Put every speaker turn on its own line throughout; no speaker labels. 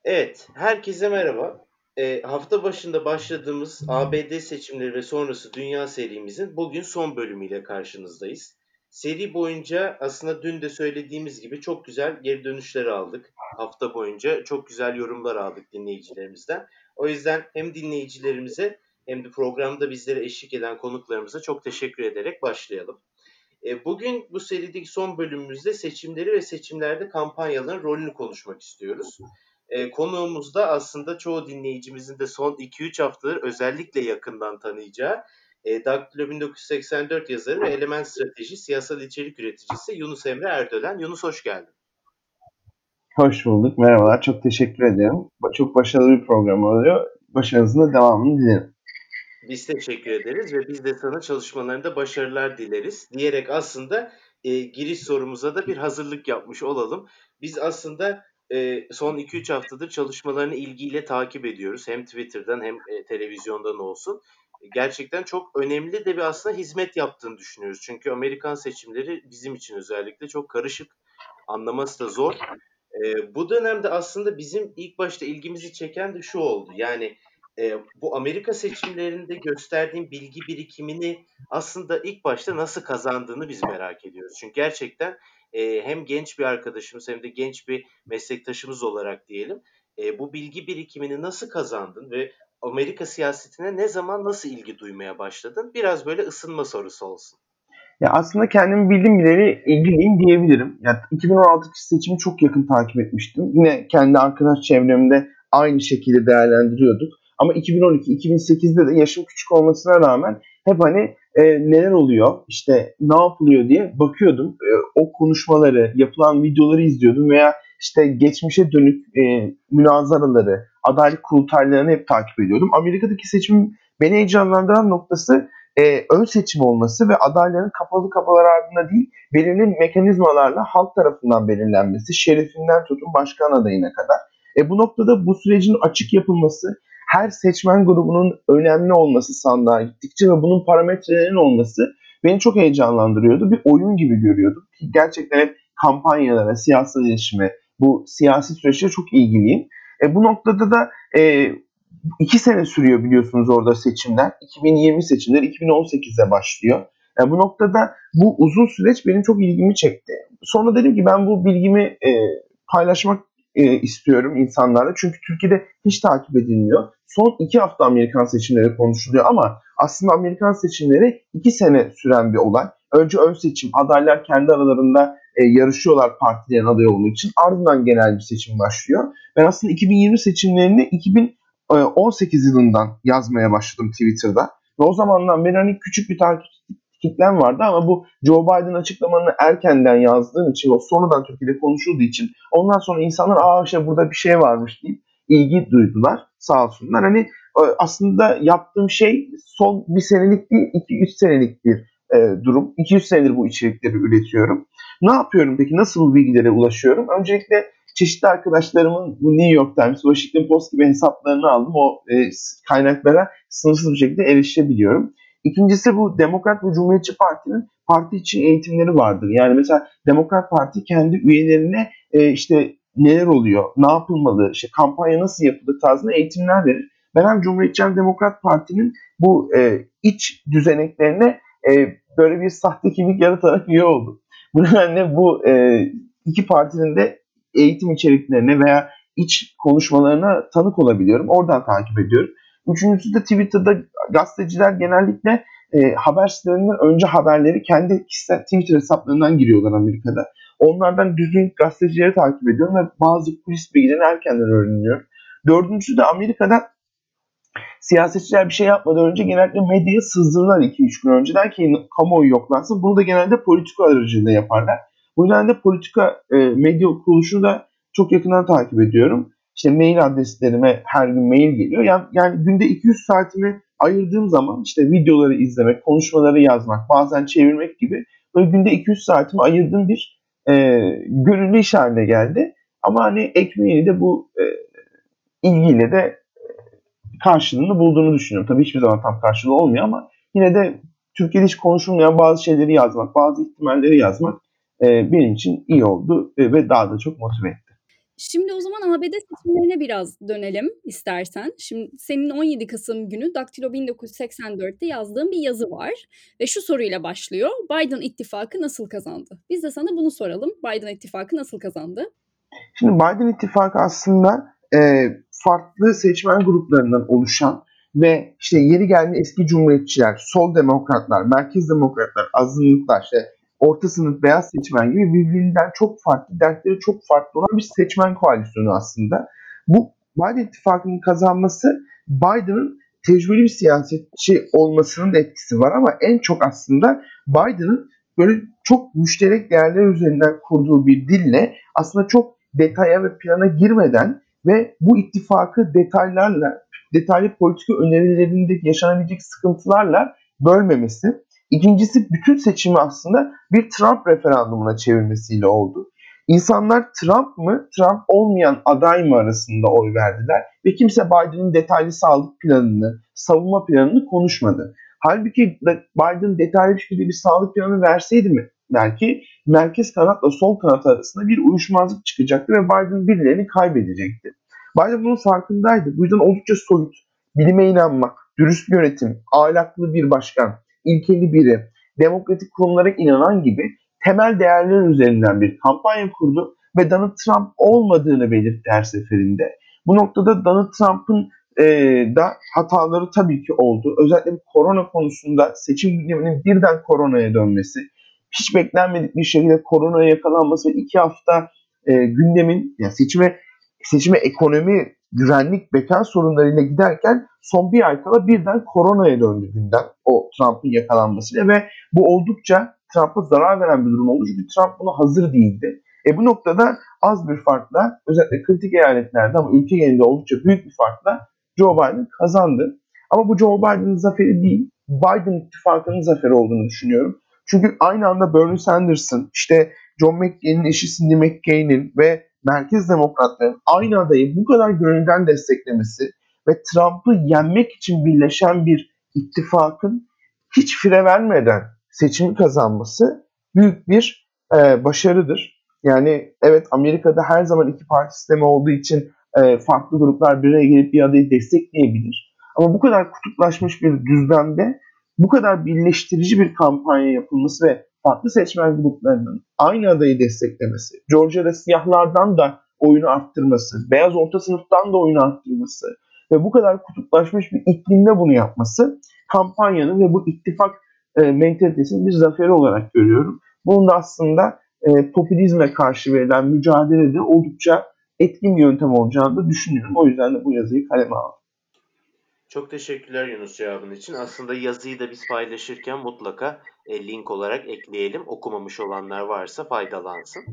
Evet, herkese merhaba. Hafta başında başladığımız ABD seçimleri ve sonrası dünya serimizin bugün son bölümüyle karşınızdayız. Seri boyunca aslında dün de söylediğimiz gibi çok güzel geri dönüşler aldık. Hafta boyunca çok güzel yorumlar aldık dinleyicilerimizden. O yüzden hem dinleyicilerimize hem de programda bizlere eşlik eden konuklarımıza çok teşekkür ederek başlayalım. Bugün bu serideki son bölümümüzde seçimleri ve seçimlerde kampanyaların rolünü konuşmak istiyoruz. Konuğumuz da aslında çoğu dinleyicimizin de son 2-3 haftadır özellikle yakından tanıyacağı Daktilo 1984 yazarı ve Element Strateji siyasal içerik üreticisi Yunus Emre Erdölen. Yunus hoş geldin.
Hoş bulduk. Merhabalar. Çok teşekkür ederim. Çok başarılı bir program oluyor. Başarınızın da devamını dilerim.
Biz teşekkür ederiz ve biz de sana çalışmalarında başarılar dileriz diyerek aslında giriş sorumuza da bir hazırlık yapmış olalım. Biz aslında son 2-3 haftadır çalışmalarını ilgiyle takip ediyoruz. Hem Twitter'dan hem televizyondan olsun. Gerçekten çok önemli de bir aslında hizmet yaptığını düşünüyoruz. Çünkü Amerikan seçimleri bizim için özellikle çok karışık, anlaması da zor. Bu dönemde aslında bizim ilk başta ilgimizi çeken de şu oldu. Yani bu Amerika seçimlerinde gösterdiğin bilgi birikimini aslında ilk başta nasıl kazandığını biz merak ediyoruz. Çünkü gerçekten hem genç bir arkadaşımız hem de genç bir meslektaşımız olarak diyelim. Bu bilgi birikimini nasıl kazandın ve Amerika siyasetine ne zaman nasıl ilgi duymaya başladın? Biraz böyle ısınma sorusu olsun.
Ya aslında kendimi bildim bileli ilgiliyim diyebilirim. Ya 2016'daki seçimi çok yakın takip etmiştim. Yine kendi arkadaş çevremde aynı şekilde değerlendiriyorduk. Ama 2012-2008'de de yaşım küçük olmasına rağmen hep hani neler oluyor, işte ne yapılıyor diye bakıyordum. O konuşmaları, yapılan videoları izliyordum veya işte geçmişe dönük münazaraları, adaylık kurultaylarını hep takip ediyordum. Amerika'daki seçim beni heyecanlandıran noktası ön seçim olması ve adayların kapalı kapılar ardında değil, belirli mekanizmalarla halk tarafından belirlenmesi, şerefinden tutun başkan adayına kadar. Bu noktada bu sürecin açık yapılması, her seçmen grubunun önemli olması sandığa gittikçe ve bunun parametrelerinin olması beni çok heyecanlandırıyordu. Bir oyun gibi görüyordum. Gerçekten hep kampanyalara, siyasal iletişime, bu siyasi süreçte çok ilgiliyim. Bu noktada da 2 sene sürüyor biliyorsunuz orada seçimler. 2020 seçimleri 2018'de başlıyor. Yani bu noktada bu uzun süreç benim çok ilgimi çekti. Sonra dedim ki ben bu bilgimi paylaşmak istiyorum insanlarla. Çünkü Türkiye'de hiç takip edilmiyor. Son 2 hafta Amerikan seçimleri konuşuluyor ama aslında Amerikan seçimleri 2 sene süren bir olay. Önce ön seçim, adaylar kendi aralarında yarışıyorlar partilerin aday olmak için. Ardından genel bir seçim başlıyor. Ben aslında 2020 seçimlerini 2018 yılından yazmaya başladım Twitter'da. Ve o zamandan beri hani küçük bir takip kitlem vardı ama bu Joe Biden açıklamalarını erkenden yazdığım için o sonradan Türkiye'de konuşulduğu için ondan sonra insanlar işte burada bir şey varmış deyip ilgi duydular sağ olsunlar. Hani aslında yaptığım şey son bir senelik değil 2-3 senelik bir durum. 200 senedir bu içerikleri üretiyorum. Ne yapıyorum peki? Nasıl bu bilgilere ulaşıyorum? Öncelikle çeşitli arkadaşlarımın bu New York Times, Washington Post gibi hesaplarını aldım. O kaynaklara sınırsız bir şekilde erişebiliyorum. İkincisi bu Demokrat ve Cumhuriyetçi Parti'nin parti içi eğitimleri vardır. Yani mesela Demokrat Parti kendi üyelerine işte neler oluyor, ne yapılmalı, işte kampanya nasıl yapılır tarzında eğitimler verir. Ben hem Cumhuriyetçi hem Demokrat Parti'nin bu iç düzeneklerine böyle bir sahte kimlik yaratarak üye oldum. Bu nedenle bu iki partinin de eğitim içeriklerine veya iç konuşmalarına tanık olabiliyorum. Oradan takip ediyorum. Üçüncüsü de Twitter'da gazeteciler genellikle haber sitelerinden önce haberleri kendi kişisel Twitter hesaplarından giriyorlar Amerika'da. Onlardan düzgün gazetecileri takip ediyorum ve bazı kulis bilgilerini erkenden öğreniyorum. Dördüncüsü de Amerika'da siyasetçiler bir şey yapmadan önce genellikle medyaya sızdırırlar 2-3 gün önceden ki kamuoyu yoklansın. Bunu da genelde politika aracılığıyla yaparlar. Bu yüzden de politika medya kuruluşunu da çok yakından takip ediyorum. İşte mail adreslerime her gün mail geliyor. Yani günde 200 saatimi ayırdığım zaman işte videoları izlemek, konuşmaları yazmak, bazen çevirmek gibi böyle günde 200 saatimi ayırdığım bir gönüllü iş haline geldi. Ama hani ekmeğini de bu ilgiyle de karşılığını bulduğunu düşünüyorum. Tabii hiçbir zaman tam karşılığı olmuyor ama yine de Türkiye'de hiç konuşulmayan bazı şeyleri yazmak, bazı ihtimalleri yazmak benim için iyi oldu ve daha da çok motive etti.
Şimdi o zaman ABD seçimlerine biraz dönelim istersen. Şimdi senin 17 Kasım günü Daktilo 1984'te yazdığın bir yazı var ve şu soruyla başlıyor. Biden ittifakı nasıl kazandı? Biz de sana bunu soralım. Biden ittifakı nasıl kazandı?
Şimdi Biden ittifakı aslında farklı seçmen gruplarından oluşan ve işte yeri geldiğinde eski cumhuriyetçiler, sol demokratlar, merkez demokratlar, azınlıklar, işte orta sınıf beyaz seçmen gibi birbirinden çok farklı, dertleri çok farklı olan bir seçmen koalisyonu aslında. Bu Biden ittifakının kazanması Biden'ın tecrübeli bir siyasetçi olmasının da etkisi var ama en çok aslında Biden'ın böyle çok müşterek değerler üzerinden kurduğu bir dille aslında çok detaya ve plana girmeden ve bu ittifakı detaylı politika önerilerinde yaşanabilecek sıkıntılarla bölmemesi. İkincisi bütün seçimi aslında bir Trump referandumuna çevirmesiyle oldu. İnsanlar Trump mı, Trump olmayan aday mı arasında oy verdiler ve kimse Biden'ın detaylı sağlık planını, savunma planını konuşmadı. Halbuki Biden detaylı bir şekilde bir sağlık planı verseydi mi belki merkez kanatla sol kanat arasında bir uyuşmazlık çıkacaktı ve Biden birilerini kaybedecekti. Biden bunun farkındaydı. Bu yüzden oldukça soyut, bilime inanmak, dürüst yönetim, ahlaklı bir başkan, ilkeli biri, demokratik kurumlara inanan gibi temel değerler üzerinden bir kampanya kurdu ve Donald Trump olmadığını belirtti her seferinde. Bu noktada Donald Trump'ın da hataları tabii ki oldu. Özellikle korona konusunda seçim gündeminin birden koronaya dönmesi, hiç beklenmedik bir şekilde koronaya yakalanması ve 2 hafta gündemin yani seçime ekonomi, güvenlik, beka sorunlarıyla giderken son bir ay kala birden koronaya döndü gündem o Trump'ın yakalanmasıyla ve bu oldukça Trump'a zarar veren bir durum oldu. Çünkü Trump buna hazır değildi. Bu noktada az bir farkla özellikle kritik eyaletlerde ama ülke genelinde oldukça büyük bir farkla Joe Biden kazandı. Ama bu Joe Biden'ın zaferi değil, Biden ittifakının zaferi olduğunu düşünüyorum. Çünkü aynı anda Bernie Sanders'ın, işte John McCain'in eşi Cindy McCain'in ve merkez demokratların aynı adayı bu kadar gönülden desteklemesi ve Trump'ı yenmek için birleşen bir ittifakın hiç fire vermeden seçimi kazanması büyük bir başarıdır. Yani evet, Amerika'da her zaman iki parti sistemi olduğu için farklı gruplar bir araya gelip bir adayı destekleyebilir. Ama bu kadar kutuplaşmış bir düzlemde bu kadar birleştirici bir kampanya yapılması ve farklı seçmen gruplarının aynı adayı desteklemesi, Georgia'da siyahlardan da oyunu arttırması, beyaz orta sınıftan da oyunu arttırması ve bu kadar kutuplaşmış bir iklimde bunu yapması kampanyanın ve bu ittifak mentalitesinin bir zaferi olarak görüyorum. Bunun da aslında popülizme karşı verilen mücadelede oldukça etkin bir yöntem olacağını da düşünüyorum. O yüzden de bu yazıyı kaleme aldım.
Çok teşekkürler Yunus cevabın için. Aslında yazıyı da biz paylaşırken mutlaka link olarak ekleyelim. Okumamış olanlar varsa faydalansın.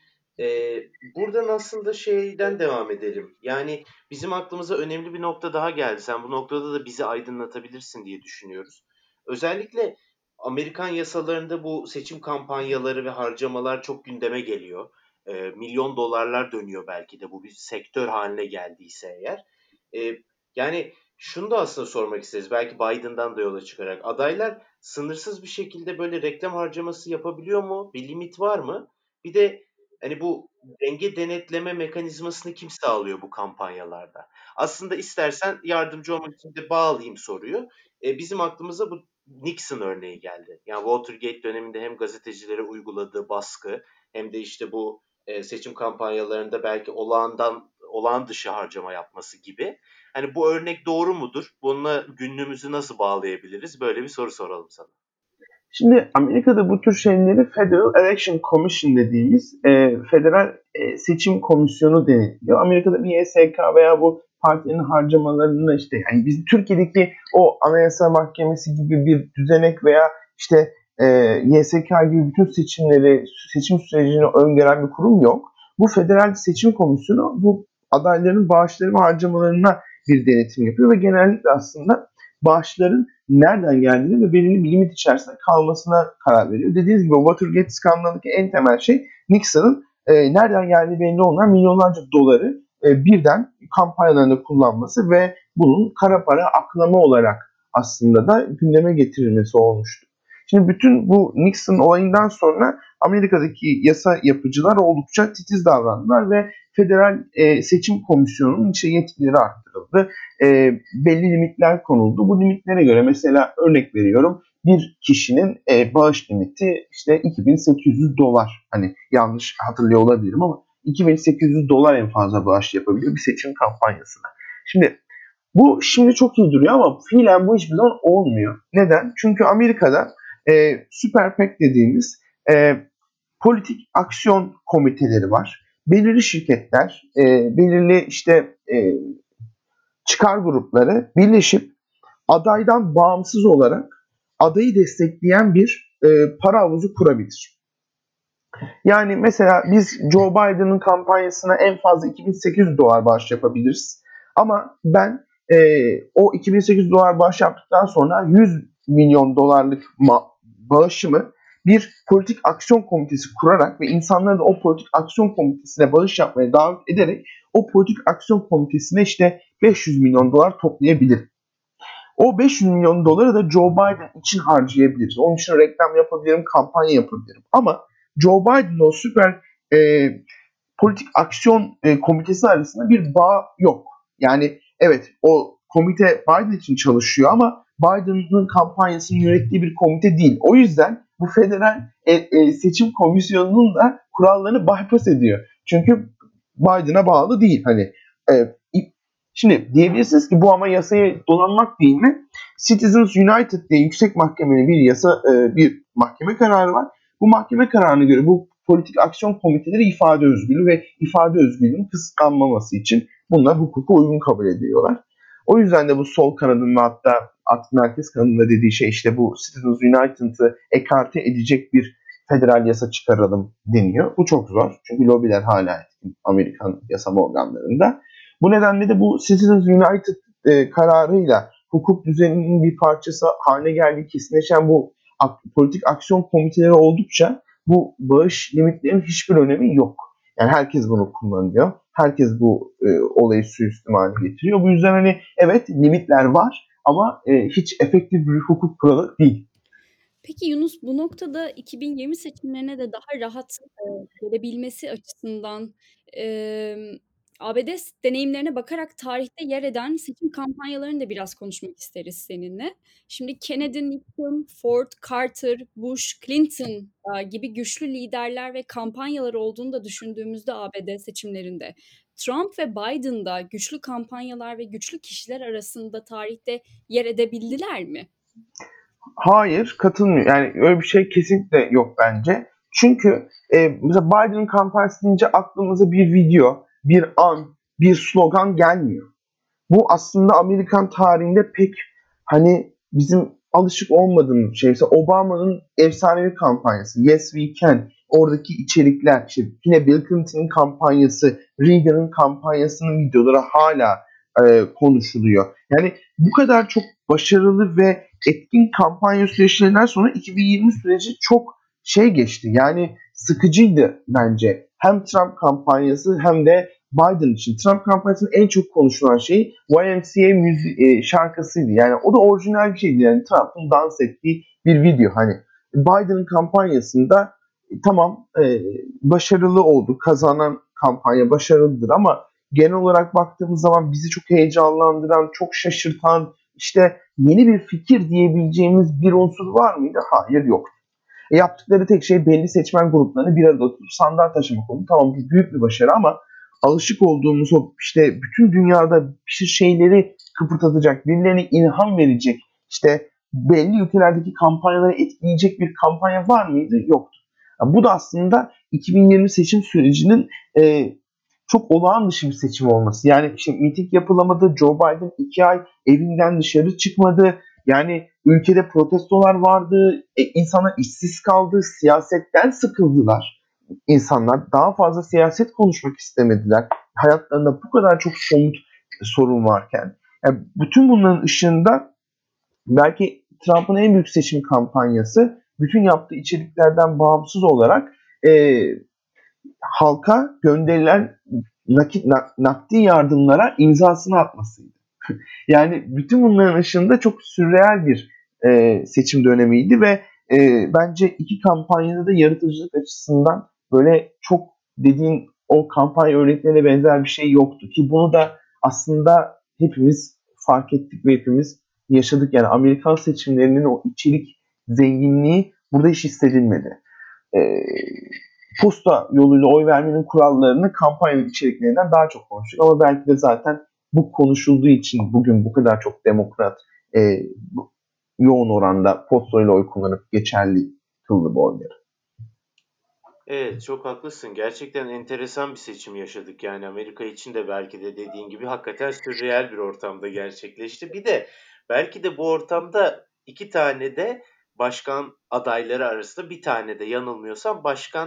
Buradan aslında şeyden devam edelim. Yani bizim aklımıza önemli bir nokta daha geldi. Sen bu noktada da bizi aydınlatabilirsin diye düşünüyoruz. Özellikle Amerikan yasalarında bu seçim kampanyaları ve harcamalar çok gündeme geliyor. Milyon dolarlar dönüyor belki de bu bir sektör haline geldiyse eğer. Yani şunu da aslında sormak isteriz. Belki Biden'dan da yola çıkarak. Adaylar sınırsız bir şekilde böyle reklam harcaması yapabiliyor mu? Bir limit var mı? Bir de hani bu denge denetleme mekanizmasını kim sağlıyor bu kampanyalarda? Aslında istersen yardımcı olmak için de bağlayayım soruyu. Bizim aklımıza bu Nixon örneği geldi. Yani Watergate döneminde hem gazetecilere uyguladığı baskı hem de işte bu seçim kampanyalarında belki olağan dışı harcama yapması gibi. Hani bu örnek doğru mudur? Bununla günlüğümüzü nasıl bağlayabiliriz? Böyle bir soru soralım sana.
Şimdi Amerika'da bu tür şeyleri Federal Election Commission dediğimiz federal seçim komisyonu deniliyor. Amerika'da bir YSK veya bu partinin harcamalarını işte yani biz Türkiye'deki o Anayasa Mahkemesi gibi bir düzenek veya işte YSK gibi bütün seçim sürecini öngören bir kurum yok. Bu federal seçim komisyonu bu adayların bağışları ve harcamalarına bir denetim yapıyor ve genellikle aslında bağışların nereden geldiğini ve belirli bir limit içerisinde kalmasına karar veriyor. Dediğiniz gibi Watergate skandalındaki en temel şey Nixon'ın nereden geldiği belli olmayan milyonlarca doları birden kampanyalarında kullanması ve bunun kara para aklama olarak aslında da gündeme getirilmesi olmuştu. Şimdi bütün bu Nixon olayından sonra Amerika'daki yasa yapıcılar oldukça titiz davrandılar ve Federal Seçim Komisyonu'nun yetkileri arttırıldı. Belli limitler konuldu. Bu limitlere göre mesela örnek veriyorum, bir kişinin bağış limiti işte $2.800. Hani yanlış hatırlıyor olabilirim ama $2.800 en fazla bağış yapabiliyor bir seçim kampanyasına. Şimdi çok iyi duruyor ama fiilen bu hiçbir zaman olmuyor. Neden? Çünkü Amerika'da Super PAC dediğimiz politik aksiyon komiteleri var. Belirli şirketler, belirli çıkar grupları birleşip adaydan bağımsız olarak adayı destekleyen bir para havuzu kurabilir. Yani mesela biz Joe Biden'ın kampanyasına en fazla $2.800 bağış yapabiliriz. Ama ben o $2.800 bağış yaptıktan sonra $100 milyon bağışımı bir politik aksiyon komitesi kurarak ve insanları da o politik aksiyon komitesine bağış yapmaya davet ederek o politik aksiyon komitesine $500 milyon toplayabilirim. O $500 milyon da Joe Biden için harcayabiliriz. Onun için reklam yapabilirim, kampanya yapabilirim. Ama Joe Biden'la o süper politik aksiyon komitesi arasında bir bağ yok. Yani evet, o komite Biden için çalışıyor ama Biden'ın kampanyasını yönettiği bir komite değil. O yüzden bu federal seçim komisyonunun da kurallarını bypass ediyor. Çünkü Biden'a bağlı değil. Şimdi diyebilirsiniz ki bu ama yasaya dolanmak değil mi? Citizens United diye yüksek mahkemenin bir mahkeme kararı var. Bu mahkeme kararına göre bu politik aksiyon komiteleri ifade özgürlüğü ve ifade özgürlüğünün kısıtlanmaması için bunlar hukuka uygun kabul ediyorlar. O yüzden de bu sol kanadın ve hatta artık merkez kanadında dediği şey bu Citizens United'ı ekarte edecek bir federal yasa çıkaralım deniyor. Bu çok zor. Çünkü lobiler hala etkin Amerikan yasama organlarında. Bu nedenle de bu Citizens United kararıyla hukuk düzeninin bir parçası haline geldiği kesinleşen bu politik aksiyon komiteleri oldukça bu bağış limitlerinin hiçbir önemi yok. Yani herkes bunu kullanıyor. Herkes bu olayı suistimal getiriyor. Bu yüzden evet limitler var ama hiç efektif bir hukuk kuralı değil.
Peki Yunus, bu noktada 2020 seçimlerine de daha rahat gelebilmesi açısından ABD deneyimlerine bakarak tarihte yer eden seçim kampanyalarını da biraz konuşmak isteriz seninle. Şimdi Kennedy, Nixon, Ford, Carter, Bush, Clinton gibi güçlü liderler ve kampanyalar olduğunu da düşündüğümüzde ABD seçimlerinde Trump ve Biden'da güçlü kampanyalar ve güçlü kişiler arasında tarihte yer edebildiler mi?
Hayır, katılmıyor. Yani öyle bir şey kesinlikle yok bence. Çünkü mesela Biden'ın kampanyası deyince aklımıza bir video, bir an, bir slogan gelmiyor. Bu aslında Amerikan tarihinde pek bizim alışık olmadığımız şey. Mesela Obama'nın efsanevi kampanyası Yes We Can, oradaki içerikler, yine Bill Clinton'ın kampanyası, Reagan'ın kampanyasının videoları hala konuşuluyor. Yani bu kadar çok başarılı ve etkin kampanya süreçlerinden sonra 2020 süreci çok geçti. Yani sıkıcıydı bence. Hem Trump kampanyası hem de Biden için. Trump kampanyasının en çok konuşulan şeyi YMCA şarkısıydı. Yani o da orijinal bir şeydi. Yani Trump'ın dans ettiği bir video. Biden'ın kampanyasında tamam başarılı oldu. Kazanan kampanya başarılıdır ama genel olarak baktığımız zaman bizi çok heyecanlandıran, çok şaşırtan, yeni bir fikir diyebileceğimiz bir unsur var mıydı? Hayır, yok. Yaptıkları tek şey belli seçmen gruplarını bir arada oturup sandığa taşımak oldu. Tamam, bu büyük bir başarı ama alışık olduğumuz o bütün dünyada bir şeyleri kıpırdatacak, birilerine ilham verecek, belli ülkelerdeki kampanyaları etkileyecek bir kampanya var mıydı? Yoktu. Bu da aslında 2020 seçim sürecinin çok olağan dışı bir seçim olması. Yani miting yapılamadı, Joe Biden 2 ay evinden dışarı çıkmadı. Yani ülkede protestolar vardı, insanlar işsiz kaldı, siyasetten sıkıldılar. İnsanlar daha fazla siyaset konuşmak istemediler. Hayatlarında bu kadar çok somut sorun varken. Yani bütün bunların ışığında belki Trump'ın en büyük seçim kampanyası bütün yaptığı içeriklerden bağımsız olarak halka gönderilen nakdi yardımlara imzasını atmasıydı. Yani bütün bunların ışığında çok sürreal bir seçim dönemiydi ve bence iki kampanyada da yaratıcılık açısından böyle çok dediğin o kampanya örneklerine benzer bir şey yoktu ki bunu da aslında hepimiz fark ettik ve hepimiz yaşadık. Yani Amerikan seçimlerinin o içerik zenginliği burada hiç hissedilmedi. Ee, Posta yoluyla oy vermenin kurallarını kampanya içeriklerinden daha çok konuştuk ama belki de zaten bu konuşulduğu için bugün bu kadar çok demokrat yoğun oranda posta oy kullanıp geçerli kıldı bu oyları.
Evet, çok haklısın. Gerçekten enteresan bir seçim yaşadık. Yani Amerika için de belki de dediğin gibi hakikaten sürreel bir ortamda gerçekleşti. Bir de belki de bu ortamda iki tane de başkan adayları arasında, bir tane de yanılmıyorsam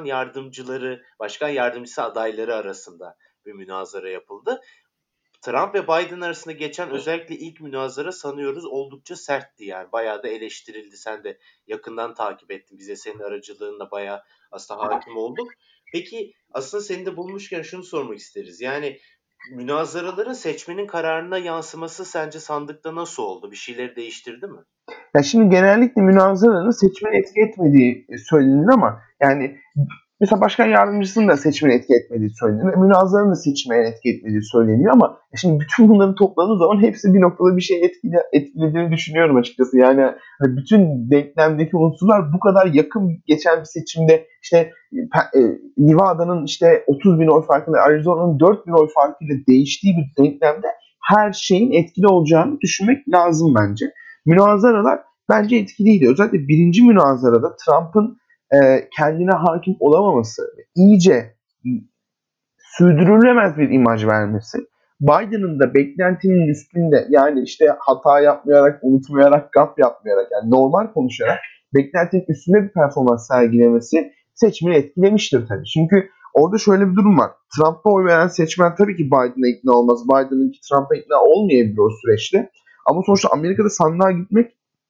başkan yardımcısı adayları arasında bir münazara yapıldı. Trump ve Biden arasında geçen özellikle ilk münazara sanıyoruz oldukça sertti yani. Bayağı da eleştirildi. Sen de yakından takip ettin. Bize senin aracılığınla bayağı aslında hakim olduk. Peki aslında seni de bulmuşken şunu sormak isteriz. Yani münazaraların seçmenin kararına yansıması sence sandıkta nasıl oldu? Bir şeyleri değiştirdi mi?
Ya şimdi genellikle münazaranın seçmeni etki etmediği söylenir ama yani mesela başkan yardımcısının da seçmeni etki etmediği söyleniyor. Münazaranın da seçmeni etki etmediği söyleniyor ama şimdi bütün bunları topladığın zaman hepsi bir noktada bir şey etkilediğini düşünüyorum açıkçası. Yani hani bütün denklemdeki unsurlar bu kadar yakın geçen bir seçimde işte Nevada'nın işte 30 bin oy farkıyla Arizona'nın 4 bin oy farkıyla değiştiği bir denklemde her şeyin etkili olacağını düşünmek lazım bence. Münazaralar bence etkiliydi. Özellikle birinci münazarada Trump'ın kendine hakim olamaması, iyice sürdürülemez bir imaj vermesi, Biden'ın da beklentinin üstünde yani işte hata yapmayarak, unutmayarak, gaf yapmayarak yani normal konuşarak beklentinin üstünde bir performans sergilemesi seçmeni etkilemiştir tabii. Çünkü orada şöyle bir durum var. Trump'a oy veren seçmen tabii ki Biden'a ikna olmaz. Biden'ınki Trump'a ikna olmayabilir o süreçte. Ama sonuçta Amerika'da sandığa gitmek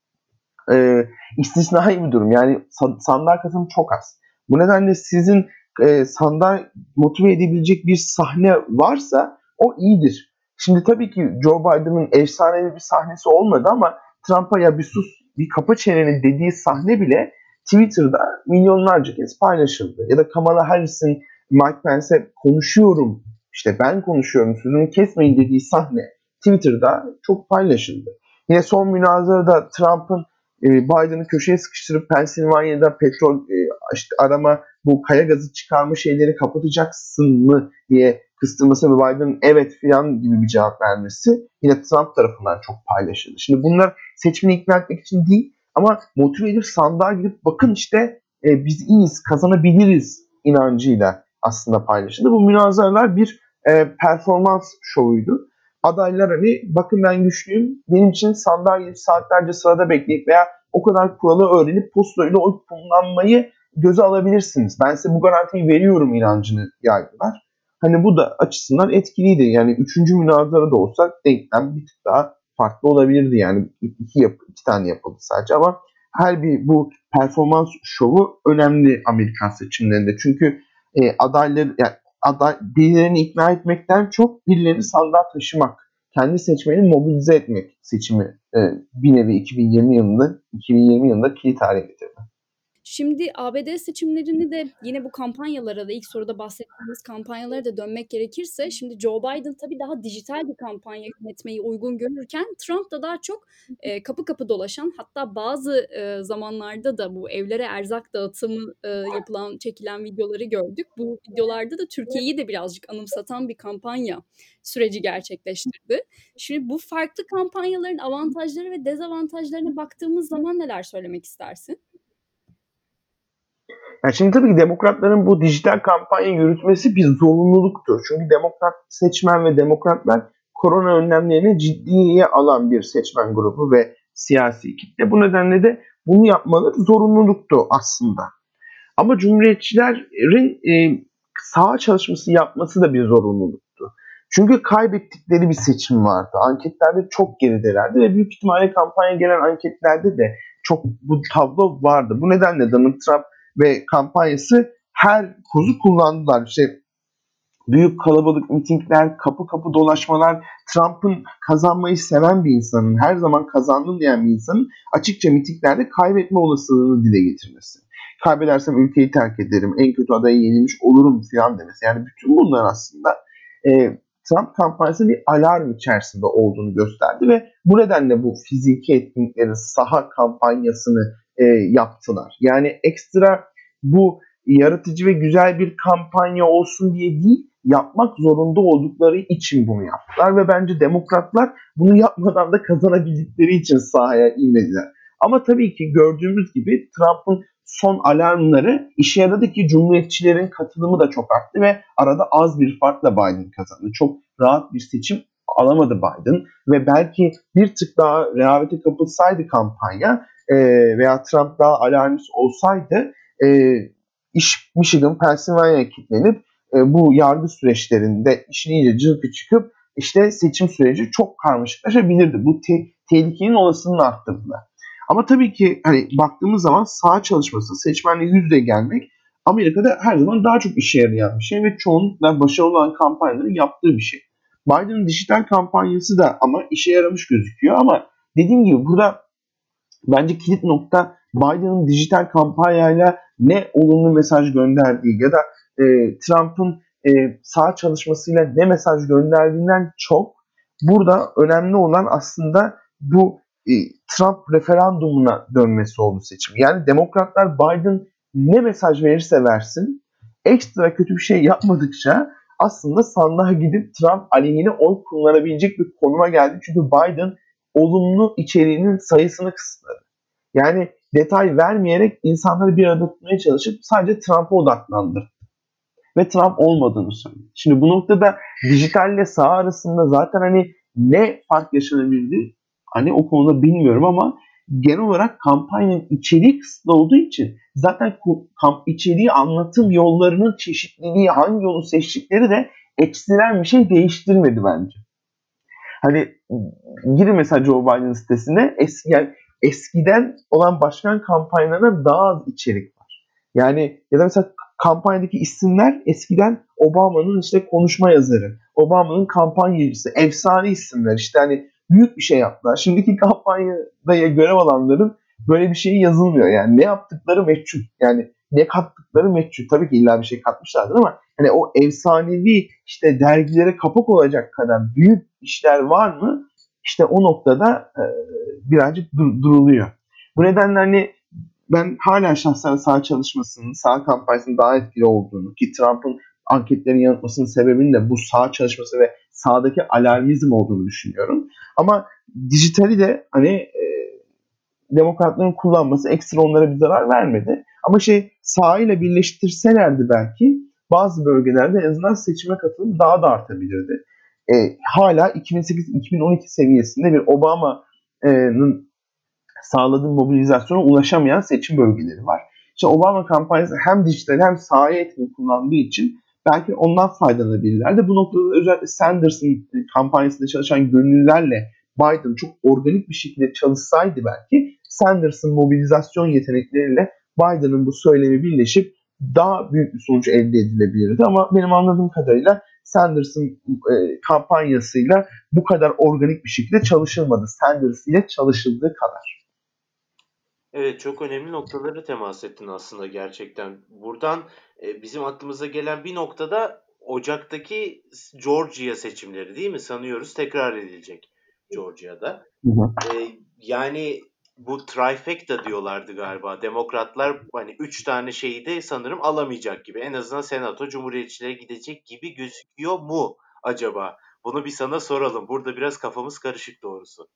istisnai bir durum. Yani sandığa katılım çok az. Bu nedenle sizin sandığa motive edebilecek bir sahne varsa o iyidir. Şimdi tabii ki Joe Biden'ın efsanevi bir sahnesi olmadı ama Trump'a ya bir sus bir kapa çeneni dediği sahne bile Twitter'da milyonlarca kez paylaşıldı. Ya da Kamala Harris'in Mike Pence'e konuşuyorum işte ben konuşuyorum sözümü kesmeyin dediği sahne Twitter'da çok paylaşıldı. Yine son münazarada Trump'ın Biden'ı köşeye sıkıştırıp Pennsylvania'da petrol işte arama bu kaya gazı çıkarma şeyleri kapatacaksın mı diye kıstırması ve Biden'ın evet filan gibi bir cevap vermesi yine Trump tarafından çok paylaşıldı. Şimdi bunlar seçmeni ikna etmek için değil ama motive edip sandığa gidip bakın işte biz iyiyiz kazanabiliriz inancıyla aslında paylaşıldı. Bu münazaralar bir performans şovuydu. Adaylar hani bakın ben güçlüyüm benim için sandığa gidip saatlerce sırada bekleyip veya o kadar kuralı öğrenip postoyla oy kullanmayı göze alabilirsiniz. Ben size bu garantiyi veriyorum inancını yaydılar. Hani bu da açısından etkiliydi. Yani 3. münazara da olsak denklem bir tık daha farklı olabilirdi. Yani iki tane yapıldı sadece ama her bir bu performans şovu önemli Amerikan seçimlerinde. Çünkü adayları yani birilerini ikna etmekten çok birilerini sandığa taşımak, kendi seçmenini mobilize etmek seçimi bir nevi 2020 yılında kilit hale getirdi.
Şimdi ABD seçimlerini de yine bu kampanyalara da ilk soruda bahsettiğimiz kampanyalara da dönmek gerekirse şimdi Joe Biden tabii daha dijital bir kampanya yönetmeyi uygun görürken Trump da daha çok kapı kapı dolaşan hatta bazı zamanlarda da bu evlere erzak dağıtımı çekilen videoları gördük. Bu videolarda da Türkiye'yi de birazcık anımsatan bir kampanya süreci gerçekleştirdi. Şimdi bu farklı kampanyaların avantajları ve dezavantajlarına baktığımız zaman neler söylemek istersin?
Yani şimdi tabii ki demokratların bu dijital kampanya yürütmesi bir zorunluluktur. Çünkü demokrat seçmen ve demokratlar korona önlemlerini ciddiye alan bir seçmen grubu ve siyasi kitle. Bu nedenle de bunu yapmaları zorunluluktu aslında. Ama cumhuriyetçilerin saha çalışması yapması da bir zorunluluktu. Çünkü kaybettikleri bir seçim vardı. Anketlerde çok geridelerdi ve büyük ihtimalle kampanya gelen anketlerde de çok bu tablo vardı. Bu nedenle Donald Trump ve kampanyası her kozu kullandılar. İşte büyük kalabalık mitingler, kapı kapı dolaşmalar, Trump'ın kazanmayı seven bir insanın, her zaman kazandım diyen bir insanın açıkça mitinglerde kaybetme olasılığını dile getirmesi. Kaybedersem ülkeyi terk ederim, en kötü adayı yenilmiş olurum falan demesi. Yani bütün bunlar aslında Trump kampanyası bir alarm içerisinde olduğunu gösterdi ve bu nedenle bu fiziki etkinliklerin saha kampanyasını yaptılar. Yani ekstra bu yaratıcı ve güzel bir kampanya olsun diye değil, yapmak zorunda oldukları için bunu yaptılar ve bence demokratlar bunu yapmadan da kazanabildikleri için sahaya inmediler. Ama tabii ki gördüğümüz gibi Trump'ın son alarmları işe yaradı ki cumhuriyetçilerin katılımı da çok arttı ve arada az bir farkla Biden kazandı. Çok rahat bir seçim alamadı Biden ve belki bir tık daha rehavete kapılsaydı kampanya veya Trump daha alarmist olsaydı iş Michigan, Pennsylvania'ya kilitlenip bu yargı süreçlerinde işin iyice cılkı çıkıp işte seçim süreci çok karmaşıklaşabilirdi. Bu tehlikenin olasılığını arttırdılar. Ama tabii ki hani baktığımız zaman saha çalışması, seçmenle yüz yüze gelmek Amerika'da her zaman daha çok işe yarayan bir şey ve çoğunlukla başarılı olan kampanyaların yaptığı bir şey. Biden'ın dijital kampanyası da ama işe yaramış gözüküyor ama dediğim gibi burada bence kilit nokta Biden'ın dijital kampanyayla ne olumlu mesaj gönderdiği ya da Trump'ın saha çalışmasıyla ne mesaj gönderdiğinden çok burada önemli olan aslında bu Trump referandumuna dönmesi oldu seçim. Yani demokratlar Biden ne mesaj verirse versin ekstra kötü bir şey yapmadıkça aslında sandığa gidip Trump aleyhine oy kullanabilecek bir konuma geldi. Çünkü Biden olumlu içeriğinin sayısını kısıtladı. Yani detay vermeyerek insanları bir arada tutmaya çalışıp sadece Trump'a odaklandı. Ve Trump olmadığını söyledi. Şimdi bu noktada dijitalle saha arasında zaten hani ne fark yaşanabildi hani o konuda bilmiyorum ama genel olarak kampanyanın içeriği kısıtlı olduğu için zaten içeriği anlatım yollarının çeşitliliği hangi yolu seçtikleri de ekstrem bir şey değiştirmedi bence. Hani girin mesela Joe Biden sitesine yani eskiden olan başkan kampanyalarına daha az içerik var. Yani ya da mesela kampanyadaki isimler eskiden Obama'nın işte konuşma yazarı, Obama'nın kampanyacısı, efsane isimler işte hani büyük bir şey yaptılar. Şimdiki kampanyada görev alanların böyle bir şey yazılmıyor. Yani ne yaptıkları meçhul. Yani ne kattıkları meçhul. Tabii ki illa bir şey katmışlardır ama hani o efsanevi işte dergilere kapak olacak kadar büyük işler var mı? İşte o noktada birazcık duruluyor. Bu nedenle hani ben hala şahsen sağ çalışmasının, sağ kampanyasının daha etkili olduğunu ki Trump'ın anketlerin yanıltmasının sebebinin de bu sağ çalışması ve sağdaki alarmizm olduğunu düşünüyorum. Ama dijitali de hani demokratların kullanması ekstra onlara bir zarar vermedi. Ama sahayla birleştirselerdi belki bazı bölgelerde en azından seçime katılım daha da artabilirdi. Hala 2008-2012 seviyesinde bir Obama'nın sağladığı mobilizasyona ulaşamayan seçim bölgeleri var. İşte Obama kampanyası hem dijital hem sahaya etkin kullandığı için belki ondan faydalanabilirlerdi. Bu noktada özellikle Sanders'ın kampanyasında çalışan gönüllülerle Biden çok organik bir şekilde çalışsaydı belki Sanders'ın mobilizasyon yetenekleriyle Biden'ın bu söylemi birleşip daha büyük bir sonuç elde edilebilirdi. Ama benim anladığım kadarıyla Sanders'ın kampanyasıyla bu kadar organik bir şekilde çalışılmadı. Sanders ile çalışıldığı kadar.
Evet, çok önemli noktaları temas ettin aslında gerçekten. Buradan bizim aklımıza gelen bir noktada Ocak'taki Georgia seçimleri değil mi? Sanıyoruz tekrar edilecek Georgia'da.
Hı hı.
Yani bu trifecta diyorlardı galiba. Demokratlar hani 3 tane şeyi de sanırım alamayacak gibi. En azından Senato Cumhuriyetçilere gidecek gibi gözüküyor mu acaba? Bunu bir sana soralım. Burada biraz kafamız karışık doğrusu.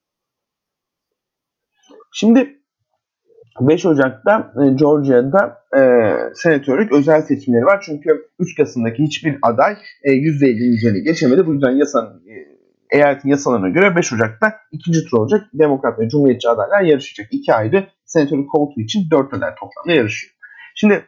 Şimdi 5 Ocak'ta Georgia'da senatörlük özel seçimleri var. Çünkü 3 Kasım'daki hiçbir aday %50'nin üzerine geçemedi. Bu yüzden eyaletin yasalarına göre 5 Ocak'ta ikinci tur olacak. Demokrat ve Cumhuriyetçi adaylar yarışacak. 2 ayrı senatörlük koltuğu için 4 aday toplamda yarışıyor. Şimdi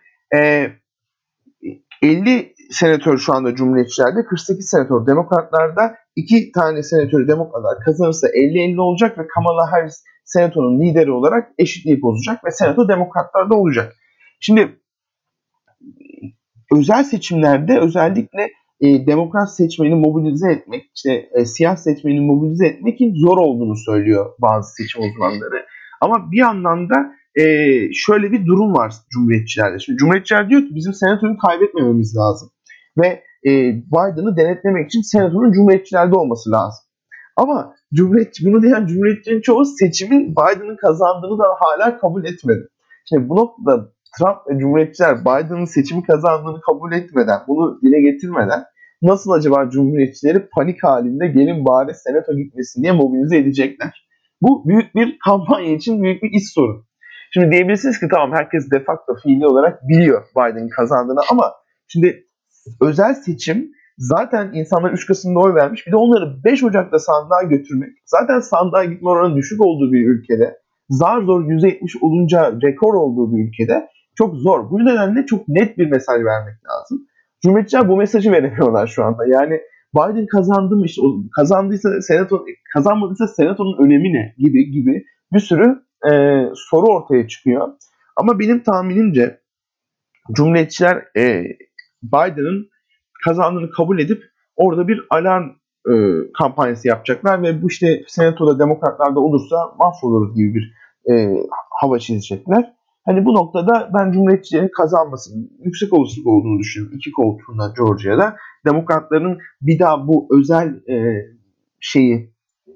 50 senatör şu anda Cumhuriyetçilerde, 48 senatör Demokratlarda. 2 tane senatörü Demokratlar kazanırsa 50-50 olacak ve Kamala Harris Senato'nun lideri olarak eşitliği bozacak ve Senato Demokratlarda olacak. Şimdi özel seçimlerde özellikle demokrat seçmeni mobilize etmek, siyah seçmeni mobilize etmek zor olduğunu söylüyor bazı seçim uzmanları. Ama bir yandan da şöyle bir durum var Cumhuriyetçilerde. Şimdi Cumhuriyetçiler diyor ki bizim senatoyu kaybetmememiz lazım. Ve Biden'ı denetlemek için senatonun Cumhuriyetçilerde olması lazım. Ama bunu diyen Cumhuriyetçilerin çoğu seçimin Biden'ın kazandığını da hala kabul etmedi. Şimdi bu noktada Trump ve Cumhuriyetçiler Biden'ın seçimi kazandığını kabul etmeden, bunu dile getirmeden nasıl acaba Cumhuriyetçileri panik halinde gelin bari senato gitmesin diye mobilize edecekler? Bu büyük bir kampanya için büyük bir iş sorun. Şimdi diyebilirsiniz ki tamam herkes de facto fiili olarak biliyor Biden'ın kazandığını ama şimdi özel seçim zaten insanlar 3 Kasım'da oy vermiş. Bir de onları 5 Ocak'ta sandığa götürmek. Zaten sandığa gitme oranı düşük olduğu bir ülkede, zar zor %70 olunca rekor olduğu bir ülkede çok zor. Bu nedenle çok net bir mesaj vermek lazım. Cumhuriyetçiler bu mesajı veremiyorlar şu anda. Yani Biden kazandı mı, işte kazandıysa senato, kazanmadıysa senatonun önemi ne gibi bir sürü soru ortaya çıkıyor. Ama benim tahminimce Cumhuriyetçiler Biden'ın kazandığını kabul edip orada bir alarm kampanyası yapacaklar ve bu işte senatoda demokratlarda olursa mahvoluruz gibi bir hava çizecekler. Hani bu noktada ben Cumhuriyetçilerin kazanmasının yüksek olasılık olduğunu düşünüyorum. 2 koltuğunda Georgia'da. Demokratların bir daha bu özel şeyi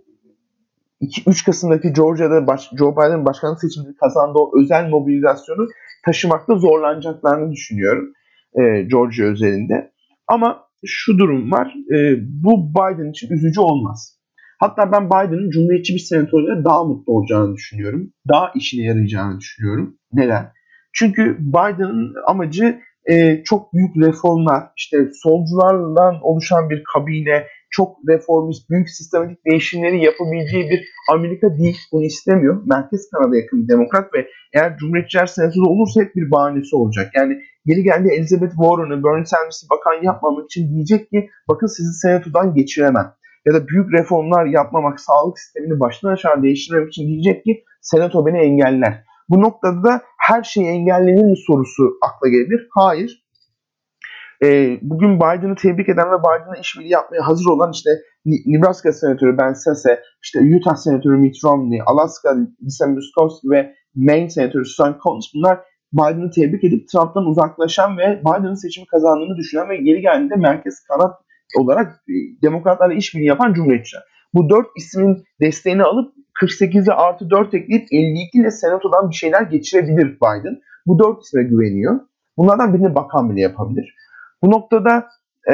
3 Kasım'daki Georgia'da Joe Biden'ın başkanlık seçiminde kazandığı o özel mobilizasyonu taşımakta zorlanacaklarını düşünüyorum Georgia özelinde. Ama şu durum var, bu Biden için üzücü olmaz. Hatta ben Biden'ın Cumhuriyetçi bir senatörle daha mutlu olacağını düşünüyorum. Daha işine yarayacağını düşünüyorum. Neden? Çünkü Biden'ın amacı çok büyük reformlar, işte solculardan oluşan bir kabine, çok reformist, büyük sistematik değişimleri yapabileceği bir Amerika değil. Bunu istemiyor. Merkez kanada yakın bir demokrat ve eğer Cumhuriyetçiler senatoda olursa hep bir bahanesi olacak. Yani geri geldi Elizabeth Warren'ı, Bernie Sanders'ı bakan yapmamak için diyecek ki bakın sizi senatodan geçiremem. Ya da büyük reformlar yapmamak, sağlık sistemini baştan aşağı değiştirmek için diyecek ki senato beni engeller. Bu noktada da her şey engellenir mi sorusu akla gelir. Hayır. Bugün Biden'ı tebrik eden ve Biden'la işbirliği yapmaya hazır olan işte Nebraska Senatörü Ben Sasse, işte Utah Senatörü Mitt Romney, Alaska Lisa Murkowski ve Maine Senatörü Susan Collins, bunlar Biden'ı tebrik edip Trump'tan uzaklaşan ve Biden'ın seçimi kazandığını düşünen ve geri geldiğinde merkez kanat olarak demokratlarla işbirliği yapan Cumhuriyetçiler. Bu 4 ismin desteğini alıp 48'e artı 4 ekleyip 52 ile senatodan bir şeyler geçirebilir Biden. Bu 4 isme güveniyor. Bunlardan birini bakan bile yapabilir. Bu noktada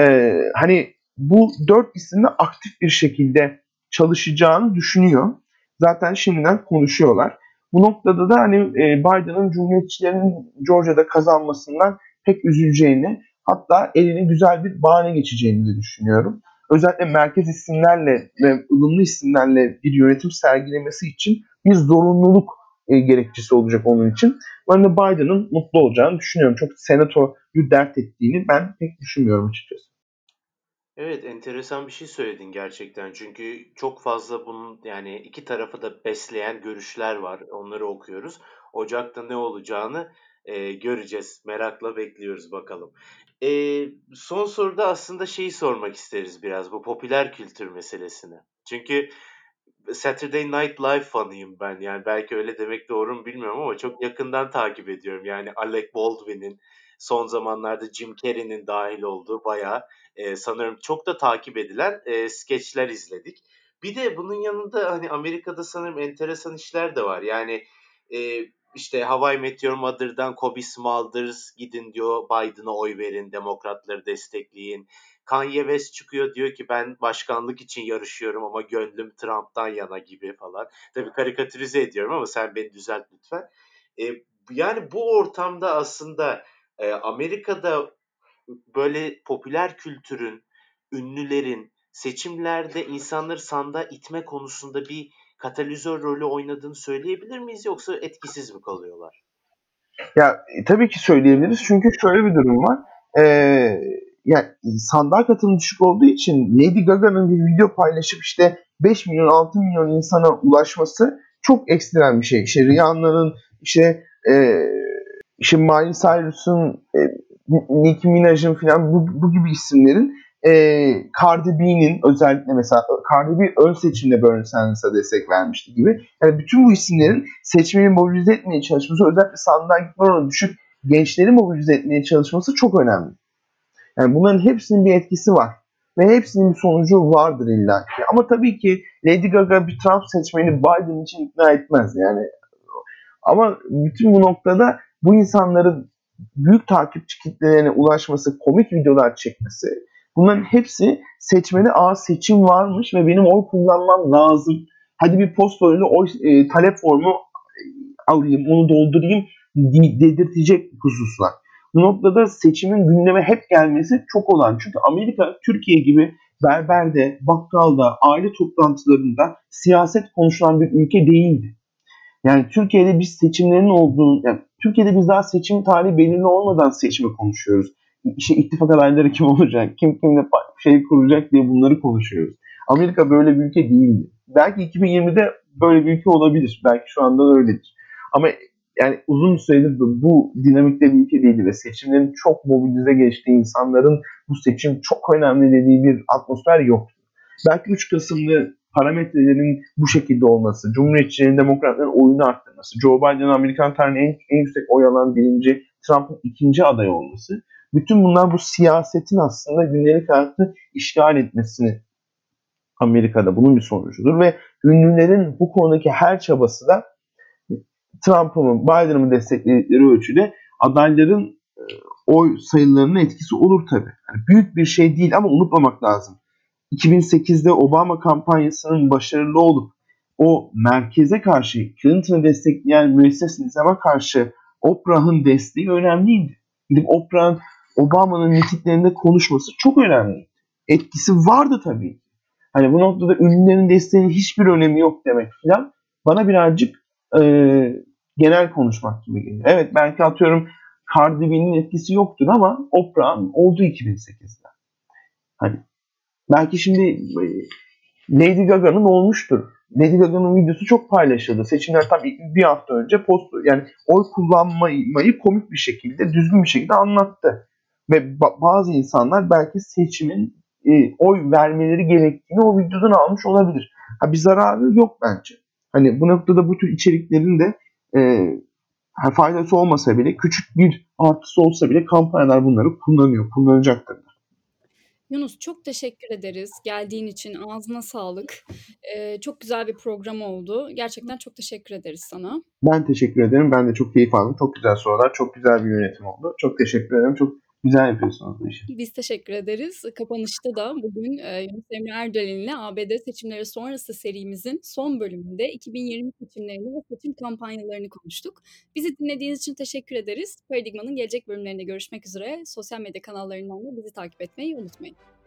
hani bu 4 isimle aktif bir şekilde çalışacağını düşünüyor. Zaten şimdiden konuşuyorlar. Bu noktada da hani Biden'ın Cumhuriyetçilerin Georgia'da kazanmasından pek üzüleceğini, hatta eline güzel bir bahane geçeceğini de düşünüyorum. Özellikle merkez isimlerle ve ılımlı isimlerle bir yönetim sergilemesi için bir zorunluluk gerekçesi olacak onun için. Ben de Biden'ın mutlu olacağını düşünüyorum. Çok senatoyu dert ettiğini ben pek düşünmüyorum açıkçası.
Evet, enteresan bir şey söyledin gerçekten. Çünkü çok fazla bunun yani iki tarafı da besleyen görüşler var. Onları okuyoruz. Ocak'ta ne olacağını göreceğiz. Merakla bekliyoruz bakalım. Son soruda aslında şeyi sormak isteriz biraz, bu popüler kültür meselesini. Çünkü Saturday Night Live fanıyım ben. Yani belki öyle demek doğru mu bilmiyorum ama çok yakından takip ediyorum. Yani Alec Baldwin'in, son zamanlarda Jim Carrey'nin dahil olduğu bayağı sanırım çok da takip edilen skeçler izledik. Bir de bunun yanında hani Amerika'da sanırım enteresan işler de var. Yani işte How I Met Your Mother'dan Kobe Smulders gidin diyor, Biden'a oy verin, demokratları destekleyin. Kanye West çıkıyor, diyor ki ben başkanlık için yarışıyorum ama gönlüm Trump'tan yana gibi falan. Tabii karikatürize ediyorum ama sen beni düzelt lütfen. E, Yani bu ortamda aslında Amerika'da böyle popüler kültürün, ünlülerin seçimlerde insanları sandığa itme konusunda bir katalizör rolü oynadığını söyleyebilir miyiz, yoksa etkisiz mi kalıyorlar?
Ya tabii ki söyleyebiliriz çünkü şöyle bir durum var. Yani sandığa katılım düşük olduğu için Lady Gaga'nın bir video paylaşıp işte 5 milyon 6 milyon insana ulaşması çok ekstrem bir şey. İşte Rihanna'nın işte işte Miley Cyrus'un Nicki Minaj'ın falan bu gibi isimlerin Cardi B'nin özellikle mesela Cardi B ön seçimde Bernie Sanders'a destek vermişti gibi. Yani bütün bu isimlerin seçmeni mobilize etmeye çalışması, özellikle sandığa gitme oranı düşük gençleri mobilize etmeye çalışması çok önemli. Yani bunların hepsinin bir etkisi var. Ve hepsinin bir sonucu vardır illaki. Ama tabii ki Lady Gaga bir Trump seçmeni Biden için ikna etmez. Yani ama bütün bu noktada bu insanların büyük takipçi kitlelerine ulaşması, komik videolar çekmesi, bunların hepsi seçmene seçim varmış ve benim oy kullanmam lazım. Hadi bir post oyunu talep formu alayım, onu doldurayım dedirtecek hususlar. Bu noktada seçimin gündeme hep gelmesi çok olan. Çünkü Amerika, Türkiye gibi berberde, bakkalda, aile toplantılarında siyaset konuşulan bir ülke değildi. Yani Türkiye'de biz seçimlerin olduğunu, yani Türkiye'de biz daha seçim tarihi belirli olmadan seçimi konuşuyoruz. İşte ittifak adayları kim olacak, kim kimle şey kuracak diye bunları konuşuyoruz. Amerika böyle bir ülke değildi. Belki 2020'de böyle bir ülke olabilir. Belki şu anda da öyledir. Ama yani uzun süredir bu dinamikte bir ülke değildi ve seçimlerin çok mobilize geçtiği, insanların bu seçim çok önemli dediği bir atmosfer yoktu. Belki 3 Kasım'da parametrelerin bu şekilde olması, Cumhuriyetçilerin, Demokratların oyunu arttırması, Joe Biden'ın Amerikan tarihinin en yüksek oy alan birinci, Trump'ın ikinci aday olması, bütün bunlar bu siyasetin aslında gündelik hayatı işgal etmesini Amerika'da bunun bir sonucudur ve ünlülerin bu konudaki her çabası da Trump'ın, Biden'ın destekledikleri ölçüde adayların oy sayılarının etkisi olur tabii. Yani büyük bir şey değil ama unutmamak lazım. 2008'de Obama kampanyasının başarılı olup o merkeze karşı Clinton'ı destekleyen müesses nizama karşı Oprah'ın desteği önemliydi. Gidip Oprah'ın Obama'nın mitinglerinde konuşması çok önemliydi. Etkisi vardı tabii. Hani bu noktada ünlülerin desteğinin hiçbir önemi yok demek falan bana birazcık e, genel konuşmak gibi geliyor. Evet belki atıyorum Cardi B'nin etkisi yoktur ama Oprah'ın oldu 2008'de. Hani belki şimdi Lady Gaga'nın olmuştur. Lady Gaga'nın videosu çok paylaşıldı. Seçimler tam bir hafta önce yani oy kullanmayı komik bir şekilde, düzgün bir şekilde anlattı. Ve bazı insanlar belki seçimin oy vermeleri gerektiğini o videodan almış olabilir. Bir zararı yok bence. Hani bu noktada bu tür içeriklerin de faydası olmasa bile, küçük bir artısı olsa bile kampanyalar bunları kullanacaktır.
Yunus çok teşekkür ederiz geldiğin için. Ağzına sağlık. Çok güzel bir program oldu. Gerçekten çok teşekkür ederiz sana.
Ben teşekkür ederim. Ben de çok keyif aldım. Çok güzel sorular, çok güzel bir yönetim oldu. Çok teşekkür ederim. Çok güzel yapıyorsunuz bu işi.
Biz teşekkür ederiz. Kapanışta da bugün Yunus Emre Erdelen'le ABD seçimleri sonrası serimizin son bölümünde 2020 seçimlerini ve seçim kampanyalarını konuştuk. Bizi dinlediğiniz için teşekkür ederiz. Paradigma'nın gelecek bölümlerinde görüşmek üzere. Sosyal medya kanallarından da bizi takip etmeyi unutmayın.